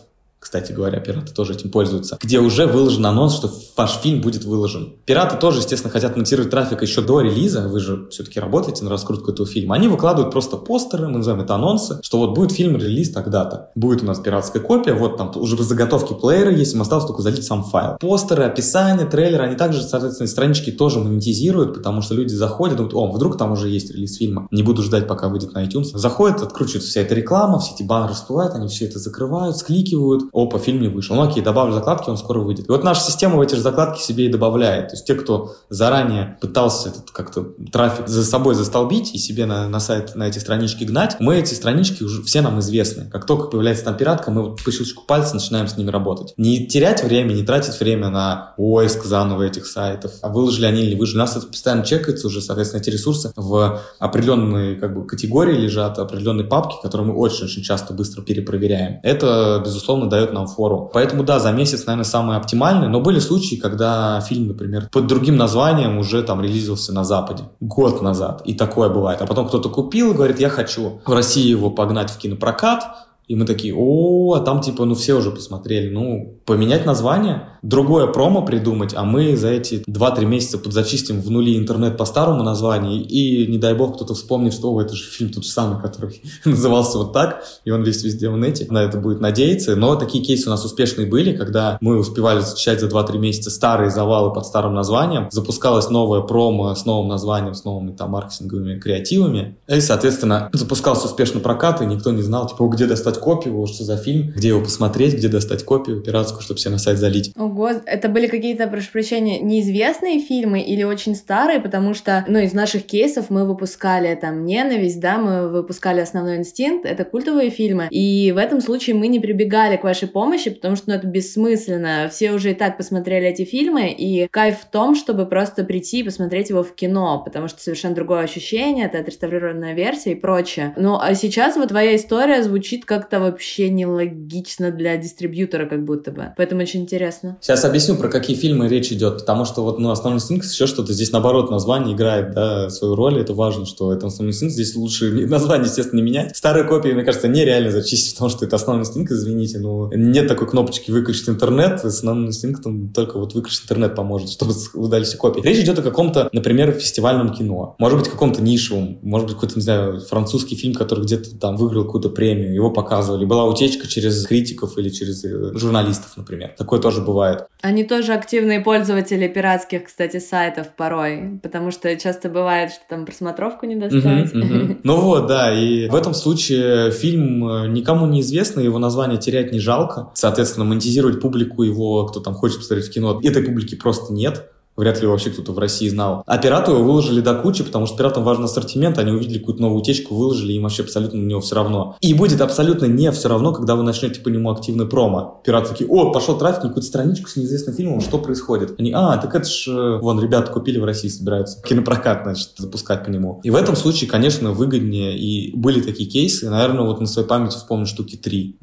кстати говоря, пираты тоже этим пользуются, где уже выложен анонс, что ваш фильм будет выложен. Пираты тоже, естественно, хотят монтировать трафик еще до релиза, вы же все-таки работаете на раскрутку этого фильма. Они выкладывают просто постеры, мы называем это анонсы, что вот будет фильм, релиз тогда-то. Будет у нас пиратская копия, вот там уже заготовки плеера есть, им осталось только залить сам файл. Постеры, описание, трейлеры, они также, соответственно, странички тоже монетизируют, потому что люди заходят, думают, о, вдруг там уже есть релиз фильма, не буду ждать, пока выйдет на iTunes. Заходят, откручивается вся эта реклама, все эти баннеры всплывают, они все это закрывают, скликивают, опа, фильм не вышел. Ну окей, добавлю закладки, он скоро выйдет. И вот наша система в эти же закладки себе и добавляет. То есть те, кто заранее пытался этот как-то трафик за собой застолбить и себе на, на сайт, на эти странички гнать, мы эти странички уже все нам известны. Как только появляется там пиратка, мы вот по щелчку пальца начинаем с ними работать. Не терять время, не тратить время на поиск заново этих сайтов. А выложили они или выжили. У нас это постоянно чекается уже, соответственно, эти ресурсы в определенной как бы категории лежат, определенные папки, которые мы очень-очень часто быстро перепроверяем. Это, безусловно, дает нам фору. Поэтому, да, за месяц, наверное, самое оптимальное. Но были случаи, когда фильм, например, под другим названием уже там релизился на Западе. Год назад. И такое бывает. А потом кто-то купил и говорит, я хочу в России его погнать в кинопрокат. И мы такие, о, а там типа, ну все уже посмотрели. Ну, поменять название, другое промо придумать, а мы за эти два-три месяца подзачистим в нули интернет по старому названию, и, не дай бог, кто-то вспомнит, что, о, это же фильм тот же самый, который назывался вот так, и он весь везде в нете. На это будет надеяться. Но такие кейсы у нас успешные были, когда мы успевали зачищать за два-три месяца старые завалы под старым названием, запускалось новое промо с новым названием, с новыми там маркетинговыми креативами, и, соответственно, запускался успешно прокат, и никто не знал, типа, где достать копию, что за фильм, где его посмотреть, где достать копию пиратскую, чтобы все на сайт залить. Ого, это были какие-то, прошу прощения, неизвестные фильмы или очень старые, потому что, ну, из наших кейсов мы выпускали там «Ненависть», да, мы выпускали «Основной инстинкт», это культовые фильмы, и в этом случае мы не прибегали к вашей помощи, потому что, ну, это бессмысленно, все уже и так посмотрели эти фильмы, и кайф в том, чтобы просто прийти и посмотреть его в кино, потому что совершенно другое ощущение, это отреставрированная версия и прочее. Ну, а сейчас вот твоя история звучит как как-то вообще нелогично для дистрибьютора как будто бы. Поэтому очень интересно. Сейчас объясню, про какие фильмы речь идет, потому что вот, ну, «Основной инстинкт» еще что-то. Здесь, наоборот, название играет, да, свою роль, это важно, что это «Основной инстинкт», здесь лучше название, естественно, не менять. Старые копии, мне кажется, нереально зачистить, потому что это «Основной инстинкт», извините, но нет такой кнопочки «выключить интернет», с «Основным инстинктом» только вот «выключить интернет» поможет, чтобы удали все копии. Речь идет о каком-то, например, фестивальном кино, может быть, каком-то нишевом, может быть, какой-то, не знаю, французский фильм, который где-то там выиграл какую-то премию, его показывали. Была утечка через критиков или через журналистов, например. Такое тоже бывает. Они тоже активные пользователи пиратских, кстати, сайтов порой, потому что часто бывает, что там просмотровку не достать. Uh-huh, uh-huh. Ну вот, да, и в этом случае фильм никому не известный, его название терять не жалко. Соответственно, монетизировать публику его, кто там хочет посмотреть в кино, этой публики просто нет. Вряд ли вообще кто-то в России знал. А пираты его выложили до кучи, потому что пиратам важен ассортимент, они увидели какую-то новую утечку, выложили, им вообще абсолютно на него все равно. И будет абсолютно не все равно, когда вы начнете по нему активный промо. Пираты такие, о, пошел трафик, какую-то страничку с неизвестным фильмом, что происходит? Они, а, так это ж, вон, ребята купили в России, собираются кинопрокат, значит, запускать по нему. И в этом случае, конечно, выгоднее, и были такие кейсы, наверное, вот на своей памяти вспомню штуки три,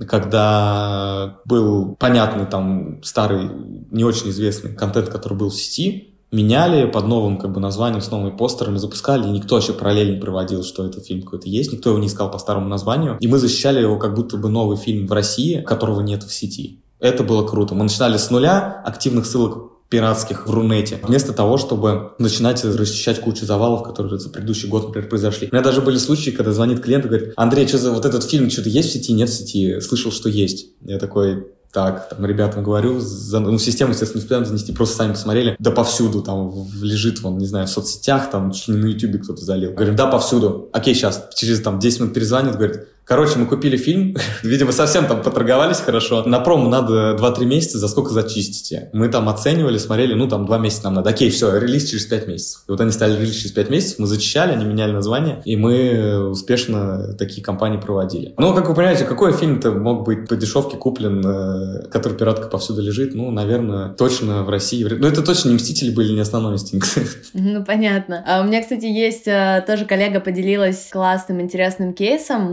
когда был понятный там старый, не очень известный контент, который был в сети, меняли под новым как бы названием, с новыми постерами, запускали, и никто вообще параллельно не проводил, что этот фильм какой-то есть, никто его не искал по старому названию, и мы защищали его как будто бы новый фильм в России, которого нет в сети. Это было круто. Мы начинали с нуля, активных ссылок пиратских в Рунете, вместо того, чтобы начинать расчищать кучу завалов, которые за предыдущий год, например, произошли. У меня даже были случаи, когда звонит клиент и говорит, Андрей, что за вот этот фильм, что-то есть в сети? Нет в сети. Слышал, что есть. Я такой... Так, там ребятам говорю, за, ну, в систему, естественно, не успеем занести, просто сами посмотрели, да повсюду, там лежит, вон, не знаю, в соцсетях, там, чуть ли не на ютубе кто-то залил. Говорим, да, повсюду. Окей, сейчас, через там десять минут перезвонит, говорит, короче, мы купили фильм, видимо, совсем там поторговались хорошо, на промо надо два-три месяца, за сколько зачистите? Мы там оценивали, смотрели, ну, там, два месяца нам надо. Окей, все, релиз через пять месяцев. И вот они стали релиз через пять месяцев, мы зачищали, они меняли название, и мы успешно такие кампании проводили. Ну, как вы понимаете, какой фильм-то мог быть по дешевке куплен, который пиратка повсюду лежит? Ну, наверное, точно в России. Ну, это точно не «Мстители» были, не «Основной инстинкт». Ну, понятно. А у меня, кстати, есть тоже коллега поделилась классным, интересным кейсом в работе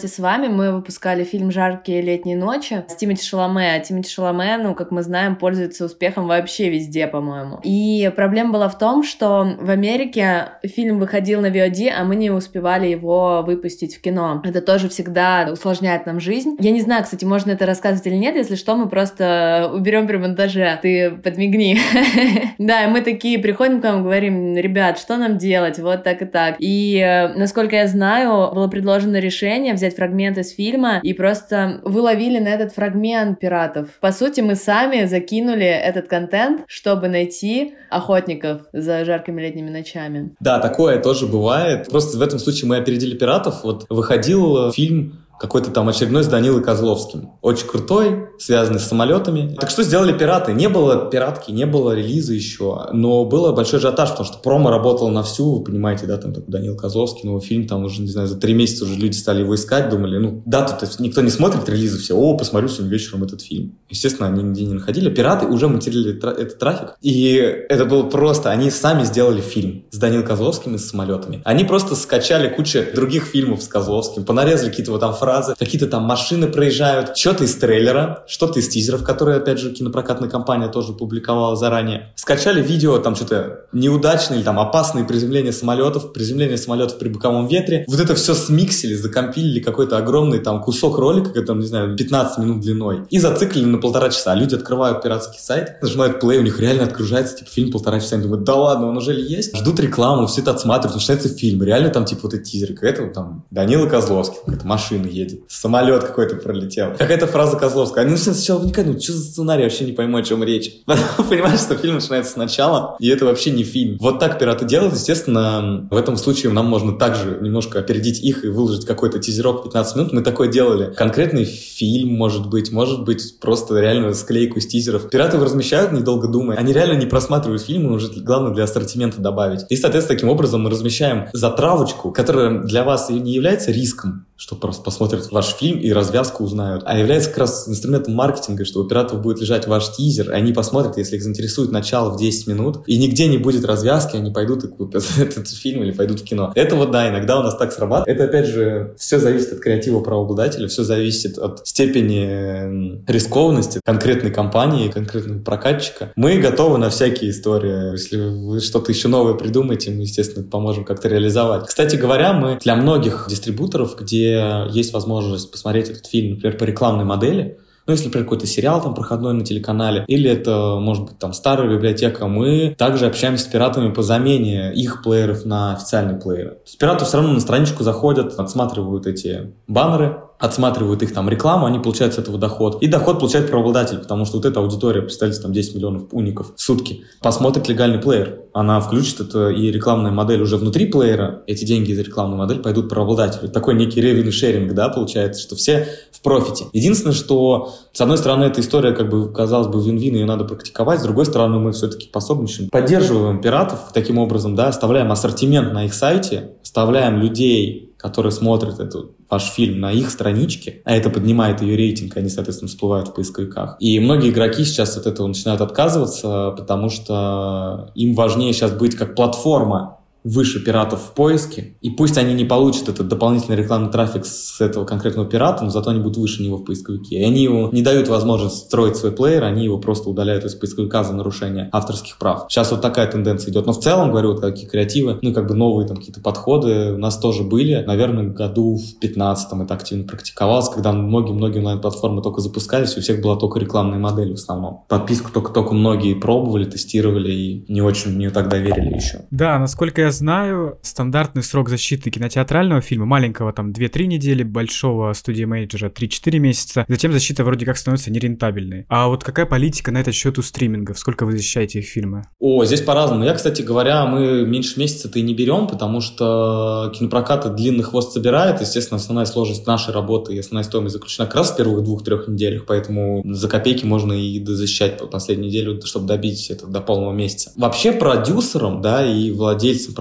работе с вами мы выпускали фильм «Жаркие летние ночи» с Тимоти Шаломе. А Тимоти Шаломе, ну, как мы знаем, пользуется успехом вообще везде, по-моему. И проблема была в том, что в Америке фильм выходил на ви о ди, а мы не успевали его выпустить в кино. Это тоже всегда усложняет нам жизнь. Я не знаю, кстати, можно это рассказывать или нет. Если что, мы просто уберем при монтаже. Ты подмигни. Да, и мы такие приходим к вам, говорим: ребят, что нам делать? Вот так и так. И, насколько я знаю, было предложено решение взять фрагмент из фильма, и просто вы ловили на этот фрагмент пиратов. По сути, мы сами закинули этот контент, чтобы найти охотников за жаркими летними ночами. Да, такое тоже бывает. Просто в этом случае мы опередили пиратов. Вот выходил фильм какой-то там очередной с Данилой Козловским. Очень крутой, связанный с самолетами. Так что сделали пираты? Не было пиратки, не было релиза еще, но было большой ажиотаж, потому что промо работало на всю, вы понимаете, да, там такой Данил Козловский, новый фильм, там уже, не знаю, за три месяца уже люди стали его искать, думали, ну, да, тут никто не смотрит релизы, все, о, посмотрю сегодня вечером этот фильм. Естественно, они нигде не находили. Пираты уже материли тра- этот трафик, и это было просто, они сами сделали фильм с Данилом Козловским и с самолетами. Они просто скачали кучу других фильмов с Козловским, понарезали какие-то вот там фразы, какие-то там машины проезжают, что-то из трейлера, что-то из тизеров, которые, опять же, кинопрокатная компания тоже публиковала заранее. Скачали видео, там что-то неудачные или там опасные приземления самолетов, приземление самолетов при боковом ветре. Вот это все смиксили, закомпилили какой-то огромный там кусок ролика, как там, не знаю, пятнадцать минут длиной, и зациклили на полтора часа. Люди открывают пиратский сайт, нажимают плей, у них реально откружается, типа, фильм полтора часа. Они думают, да ладно, он уже ли есть? Ждут рекламу, все это отсматривают, начинается фильм. Реально там, типа, вот эти тизеры. Это там Данила Козловский, какая-то машина едет, самолет какой-то пролетел. Какая-то фраза Козловская. Они начинают сначала вникать, ну, что за сценарий, вообще не пойму, о чем речь. Потом понимаешь, что фильм начинается сначала, и это вообще не фильм. Вот так пираты делают. Естественно, в этом случае нам можно также немножко опередить их и выложить какой-то тизерок пятнадцать минут. Мы такое делали. Конкретный фильм, может быть, может быть, просто реально склейку из тизеров. Пираты его размещают, недолго думая. Они реально не просматривают фильмы, уже главное для ассортимента добавить. И, соответственно, таким образом мы размещаем затравочку, которая для вас не является риском, что просто посмотрят ваш фильм и развязку узнают, а является как раз инструментом маркетинга, что у пиратов будет лежать ваш тизер, и они посмотрят, если их заинтересует начало в десять минут, и нигде не будет развязки, они пойдут и купят этот фильм или пойдут в кино. Это вот, да, иногда у нас так срабатывает. Это, опять же, все зависит от креатива правообладателя, все зависит от степени рискованности конкретной компании, конкретного прокатчика. Мы готовы на всякие истории. Если вы что-то еще новое придумаете, мы, естественно, поможем как-то реализовать. Кстати говоря, мы для многих дистрибуторов, где есть возможность посмотреть этот фильм, например, по рекламной модели, ну, если, например, какой-то сериал там проходной на телеканале, или это, может быть, там старая библиотека, мы также общаемся с пиратами по замене их плееров на официальные плееры. То есть пираты все равно на страничку заходят, отсматривают эти баннеры, отсматривают их там рекламу, они получают с этого доход. И доход получает правообладатель, потому что вот эта аудитория, представьте, там десять миллионов уников в сутки, посмотрит легальный плеер. Она включит это, и рекламная модель уже внутри плеера, эти деньги за рекламную модель пойдут правообладателю. Такой некий ревеню-шеринг, да, получается, что все в профите. Единственное, что, с одной стороны, эта история, как бы, казалось бы, вин-вин, ее надо практиковать, с другой стороны, мы все-таки пособничаем, поддерживаем пиратов таким образом, да, оставляем ассортимент на их сайте, оставляем людей, которые смотрят этот ваш фильм на их страничке, а это поднимает ее рейтинг, они, соответственно, всплывают в поисковиках. И многие игроки сейчас от этого начинают отказываться, потому что им важнее сейчас быть как платформа выше пиратов в поиске, и пусть они не получат этот дополнительный рекламный трафик с этого конкретного пирата, но зато они будут выше него в поисковике. И они его не дают возможность строить свой плеер, они его просто удаляют из поисковика за нарушение авторских прав. Сейчас вот такая тенденция идет. Но в целом, говорю, вот такие креативы, ну, как бы новые там какие-то подходы у нас тоже были. Наверное, году в пятнадцатом это активно практиковалось, когда многие-многие онлайн-платформы только запускались, у всех была только рекламная модель в основном. Подписку только-только многие пробовали, тестировали и не очень в нее тогда верили еще. Да, насколько я знаю, стандартный срок защиты кинотеатрального фильма, маленького там две-три недели, большого студии-менеджера три-четыре месяца, затем защита вроде как становится нерентабельной. А вот какая политика на этот счет у стримингов? Сколько вы защищаете их фильмы? О, здесь по-разному. Я, кстати говоря, мы меньше месяца-то и не берем, потому что кинопрокаты длинный хвост собирает. Естественно, основная сложность нашей работы и основная стоимость заключена как раз в первых двух-трех неделях, поэтому за копейки можно и защищать по последнюю неделю, чтобы добить это до полного месяца. Вообще продюсерам, да, и владельцам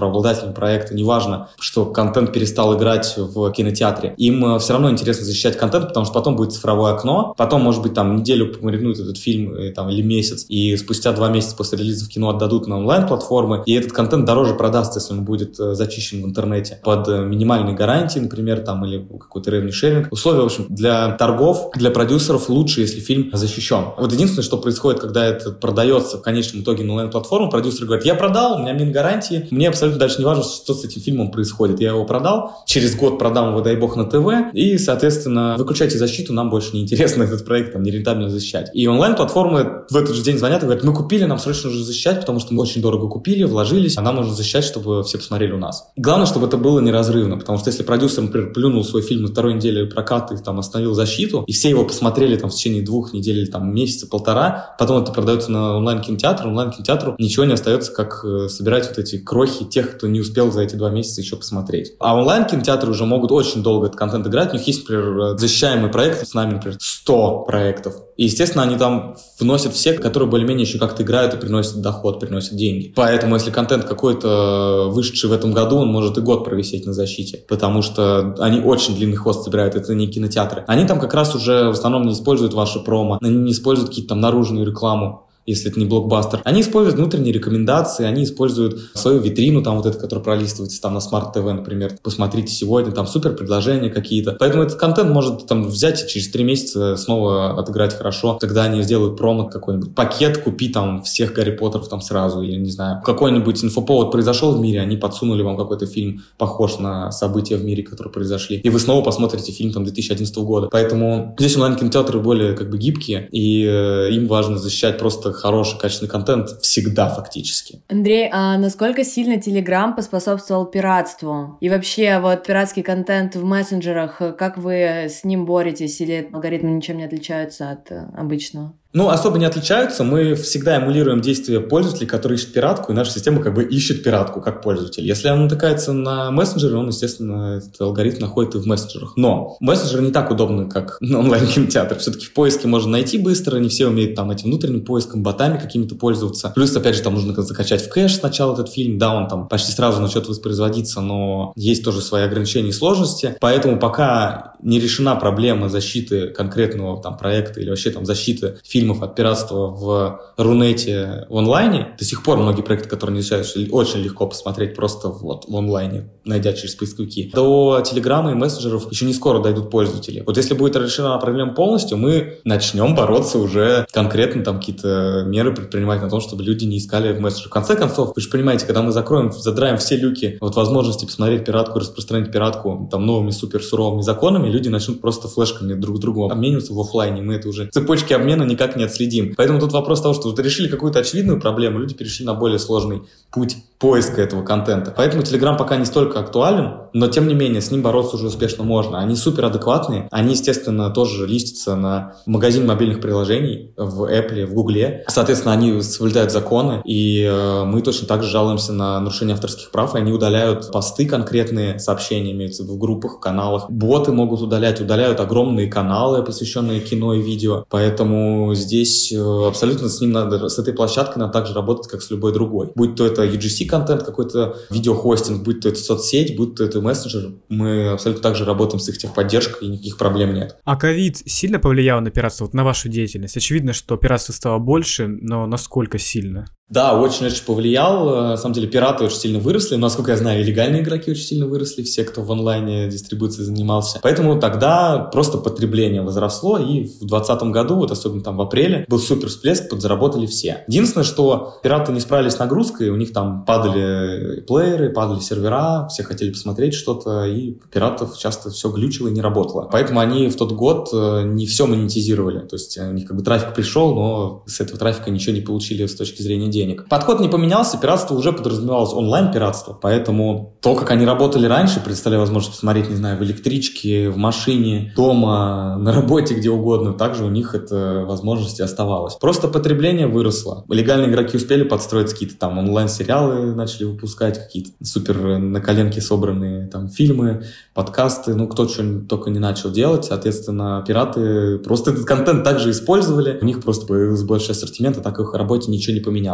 правообладателями проекта, неважно, что контент перестал играть в кинотеатре, им все равно интересно защищать контент, потому что потом будет цифровое окно, потом, может быть, там неделю помаринуют этот фильм там, или месяц, и спустя два месяца после релиза в кино отдадут на онлайн-платформы, и этот контент дороже продастся, если он будет зачищен в интернете под минимальной гарантией, например, там, или какой-то ревеню-шеринг. Условия, в общем, для торгов, для продюсеров лучше, если фильм защищен. Вот единственное, что происходит, когда это продается в конечном итоге на онлайн-платформу, продюсер говорит, я продал, у меня мин-гарантии, мне абсолютно дальше не важно, что с этим фильмом происходит. Я его продал, через год продам его, дай бог, на ТВ, и, соответственно, выключайте защиту, нам больше не интересно этот проект, там, нерентабельно защищать. И онлайн-платформы в этот же день звонят и говорят, мы купили, нам срочно нужно защищать, потому что мы очень дорого купили, вложились, а нам нужно защищать, чтобы все посмотрели у нас. И главное, чтобы это было неразрывно, потому что если продюсер, например, плюнул свой фильм на второй неделе проката и там остановил защиту, и все его посмотрели там в течение двух недель или там месяца, полтора, потом это продается на онлайн-кинотеатр, онлайн-кинотеатру ничего не остается, как э, собирать вот эти крохи тех, кто не успел за эти два месяца еще посмотреть. А онлайн-кинотеатры уже могут очень долго этот контент играть, у них есть, например, защищаемые проекты, с нами, например, сто проектов. И, естественно, они там вносят все, которые более-менее еще как-то играют и приносят доход, приносят деньги. Поэтому, если контент какой-то вышедший в этом году, он может и год провисеть на защите, потому что они очень длинный хвост собирают, это не кинотеатры. Они там как раз уже в основном не используют ваши промо, они не используют какие-то там наружную рекламу, если это не блокбастер. Они используют внутренние рекомендации, они используют свою витрину, там вот эту, которая пролистывается там на Smart ти ви, например. Посмотрите сегодня, там супер предложения какие-то. Поэтому этот контент может там взять и через три месяца снова отыграть хорошо, когда они сделают промо какой-нибудь пакет, купи там всех Гарри Поттеров там сразу, или не знаю, какой-нибудь инфоповод произошел в мире, они подсунули вам какой-то фильм, похож на события в мире, которые произошли, и вы снова посмотрите фильм там две тысячи одиннадцатого года. Поэтому здесь онлайн-кинотеатры более как бы гибкие, и э, им важно защищать просто хороший, качественный контент всегда фактически. Андрей, а насколько сильно Telegram поспособствовал пиратству? И вообще, вот пиратский контент в мессенджерах, как вы с ним боретесь? Или алгоритмы ничем не отличаются от обычного? Ну, особо не отличаются. Мы всегда эмулируем действия пользователей, которые ищут пиратку, и наша система как бы ищет пиратку как пользователь. Если он натыкается на мессенджеры, он, естественно, этот алгоритм находит и в мессенджерах. Но мессенджеры не так удобны, как онлайн-кинотеатр. Все-таки в поиске можно найти быстро, не все умеют там этим внутренним поиском, ботами какими-то пользоваться. Плюс, опять же, там нужно закачать в кэш сначала этот фильм. Да, он там почти сразу начнет воспроизводиться, но есть тоже свои ограничения и сложности. Поэтому пока не решена проблема защиты конкретного там проекта или вообще там защиты фильма от пиратства в Рунете в онлайне. До сих пор многие проекты, которые не защищаются, очень легко посмотреть просто вот в онлайне, найдя через поисковики. До Телеграма и мессенджеров еще не скоро дойдут пользователи. Вот если будет решена проблема полностью, мы начнем бороться уже конкретно, там какие-то меры предпринимать на том, чтобы люди не искали в мессенджерах. В конце концов, вы же понимаете, когда мы закроем, задраем все люки вот возможности посмотреть пиратку, распространить пиратку там новыми супер суровыми законами, люди начнут просто флешками друг с другом обмениваться в офлайне. Мы это уже цепочки обмена никак не отследим. Поэтому тут вопрос того, что вот решили какую-то очевидную проблему, люди перешли на более сложный путь поиска этого контента. Поэтому Telegram пока не столько актуален, но тем не менее с ним бороться уже успешно можно. Они супер адекватные, они, естественно, тоже листятся на магазин мобильных приложений в Apple, в Google. Соответственно, они соблюдают законы, и э, мы точно так же жалуемся на нарушение авторских прав, и они удаляют посты конкретные, сообщения имеются в группах, в каналах. Боты могут удалять, удаляют огромные каналы, посвященные кино и видео. Поэтому здесь э, абсолютно с ним надо, с этой площадкой надо так же работать, как с любой другой. Будь то это ю джи си-контент, какой-то видеохостинг, будь то это соцсеть, будь то это мессенджер, мы абсолютно так же работаем с их техподдержкой, и никаких проблем нет. А ковид сильно повлиял на пиратство, вот на вашу деятельность? Очевидно, что пиратство стало больше, но насколько сильно? Да, очень-очень повлиял. На самом деле пираты очень сильно выросли. Насколько я знаю, и легальные игроки очень сильно выросли, все, кто в онлайне дистрибуцией занимался. Поэтому тогда просто потребление возросло, и в двадцатом году, вот особенно там в апреле, был супер всплеск, подзаработали все. Единственное, что пираты не справились с нагрузкой, у них там падали плееры, падали сервера, все хотели посмотреть что-то, и пиратов часто все глючило и не работало. Поэтому они в тот год не все монетизировали. То есть у них как бы трафик пришел, но с этого трафика ничего не получили с точки зрения денег. Подход не поменялся, пиратство уже подразумевалось онлайн-пиратство, поэтому то, как они работали раньше, представляя возможность посмотреть, не знаю, в электричке, в машине, дома, на работе, где угодно, также у них эта возможность и оставалась. Просто потребление выросло. Легальные игроки успели подстроить какие-то там онлайн-сериалы, начали выпускать какие-то супер на коленке собранные там фильмы, подкасты, ну, кто что только не начал делать, соответственно, пираты просто этот контент также использовали, у них просто появился больше ассортимента, так их работе ничего не поменялось.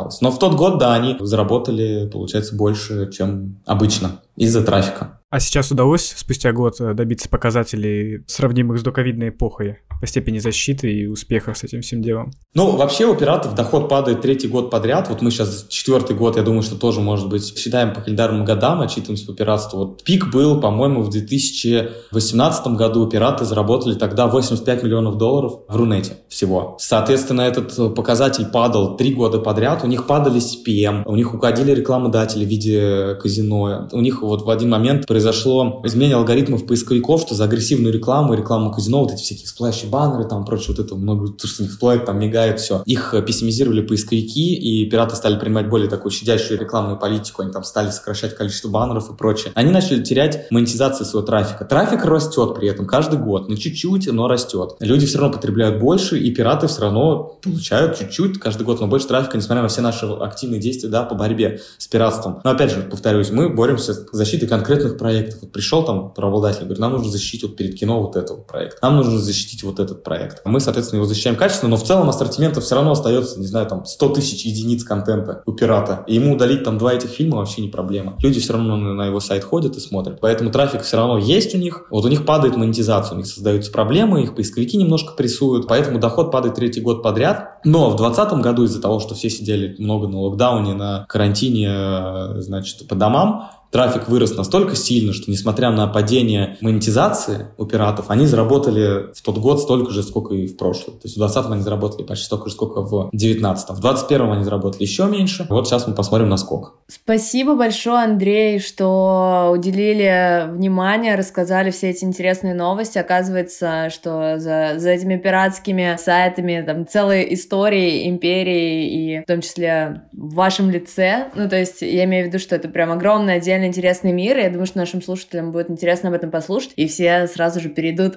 снималось. Но в тот год, да, они заработали, получается, больше, чем обычно из-за трафика. А сейчас удалось спустя год добиться показателей, сравнимых с доковидной эпохой по степени защиты и успеха с этим всем делом? Ну, вообще у пиратов доход падает третий год подряд. Вот мы сейчас четвертый год, я думаю, что тоже, может быть, считаем по календарным годам, отчитываемся по пиратству. Вот пик был, по-моему, в две тысячи восемнадцатом году. Пираты заработали тогда восемьдесят пять миллионов долларов в Рунете всего. Соответственно, этот показатель падал три года подряд. У них падали си пи эм, у них уходили рекламодатели в виде казино. У них вот в один момент произошло изменение алгоритмов поисковиков, что за агрессивную рекламу и рекламу казино, вот эти всякие всплывающие баннеры, там, прочее, вот это много, то, что у них всплывает, там, мигает, все. Их пессимизировали поисковики, и пираты стали принимать более такую щадящую рекламную политику, они там стали сокращать количество баннеров и прочее. Они начали терять монетизацию своего трафика. Трафик растет при этом каждый год, ну, чуть-чуть, но растет. Люди все равно потребляют больше, и пираты все равно получают чуть-чуть каждый год, но больше трафика, несмотря на все наши активные действия, да, по борьбе с пиратством. Но, опять же, повторюсь, мы боремся с защитой конкретных проектов. Вот пришел там правообладатель, говорит, нам нужно защитить вот перед кино вот этого проекта, нам нужно защитить вот этот проект. Мы, соответственно, его защищаем качественно, но в целом ассортимента все равно остается, не знаю, там сто тысяч единиц контента у пирата. И ему удалить там два этих фильма вообще не проблема. Люди все равно на его сайт ходят и смотрят. Поэтому трафик все равно есть у них. Вот у них падает монетизация, у них создаются проблемы, их поисковики немножко прессуют, поэтому доход падает третий год подряд. Но в двадцатом году из-за того, что все сидели много на локдауне, на карантине, значит, по домам, трафик вырос настолько сильно, что, несмотря на падение монетизации у пиратов, они заработали в тот год столько же, сколько и в прошлый. То есть в двадцатом они заработали почти столько же, сколько в девятнадцатом. В двадцать первом они заработали еще меньше. Вот сейчас мы посмотрим на скок. Спасибо большое, Андрей, что уделили внимание, рассказали все эти интересные новости. Оказывается, что за, за этими пиратскими сайтами там целые истории, империи, и в том числе в вашем лице. Ну, то есть я имею в виду, что это прям огромный отдельный интересный мир, и я думаю, что нашим слушателям будет интересно об этом послушать, и все сразу же перейдут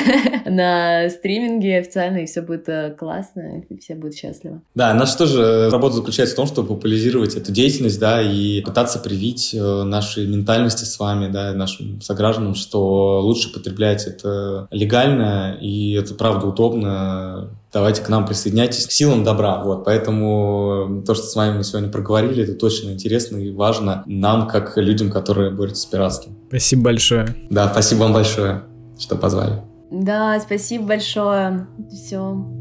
на стриминги официально, и все будет классно, и все будут счастливы. Да, наша тоже работа заключается в том, чтобы популяризировать эту деятельность, да, и пытаться привить нашей ментальности с вами, да, нашим согражданам, что лучше потреблять это легально, и это правда удобно. Давайте к нам присоединяйтесь, к силам добра. Вот. Поэтому то, что с вами мы сегодня проговорили, это точно интересно и важно нам, как людям, которые борются с пиратством. Спасибо большое. Да, спасибо вам большое, что позвали. Да, спасибо большое. Все.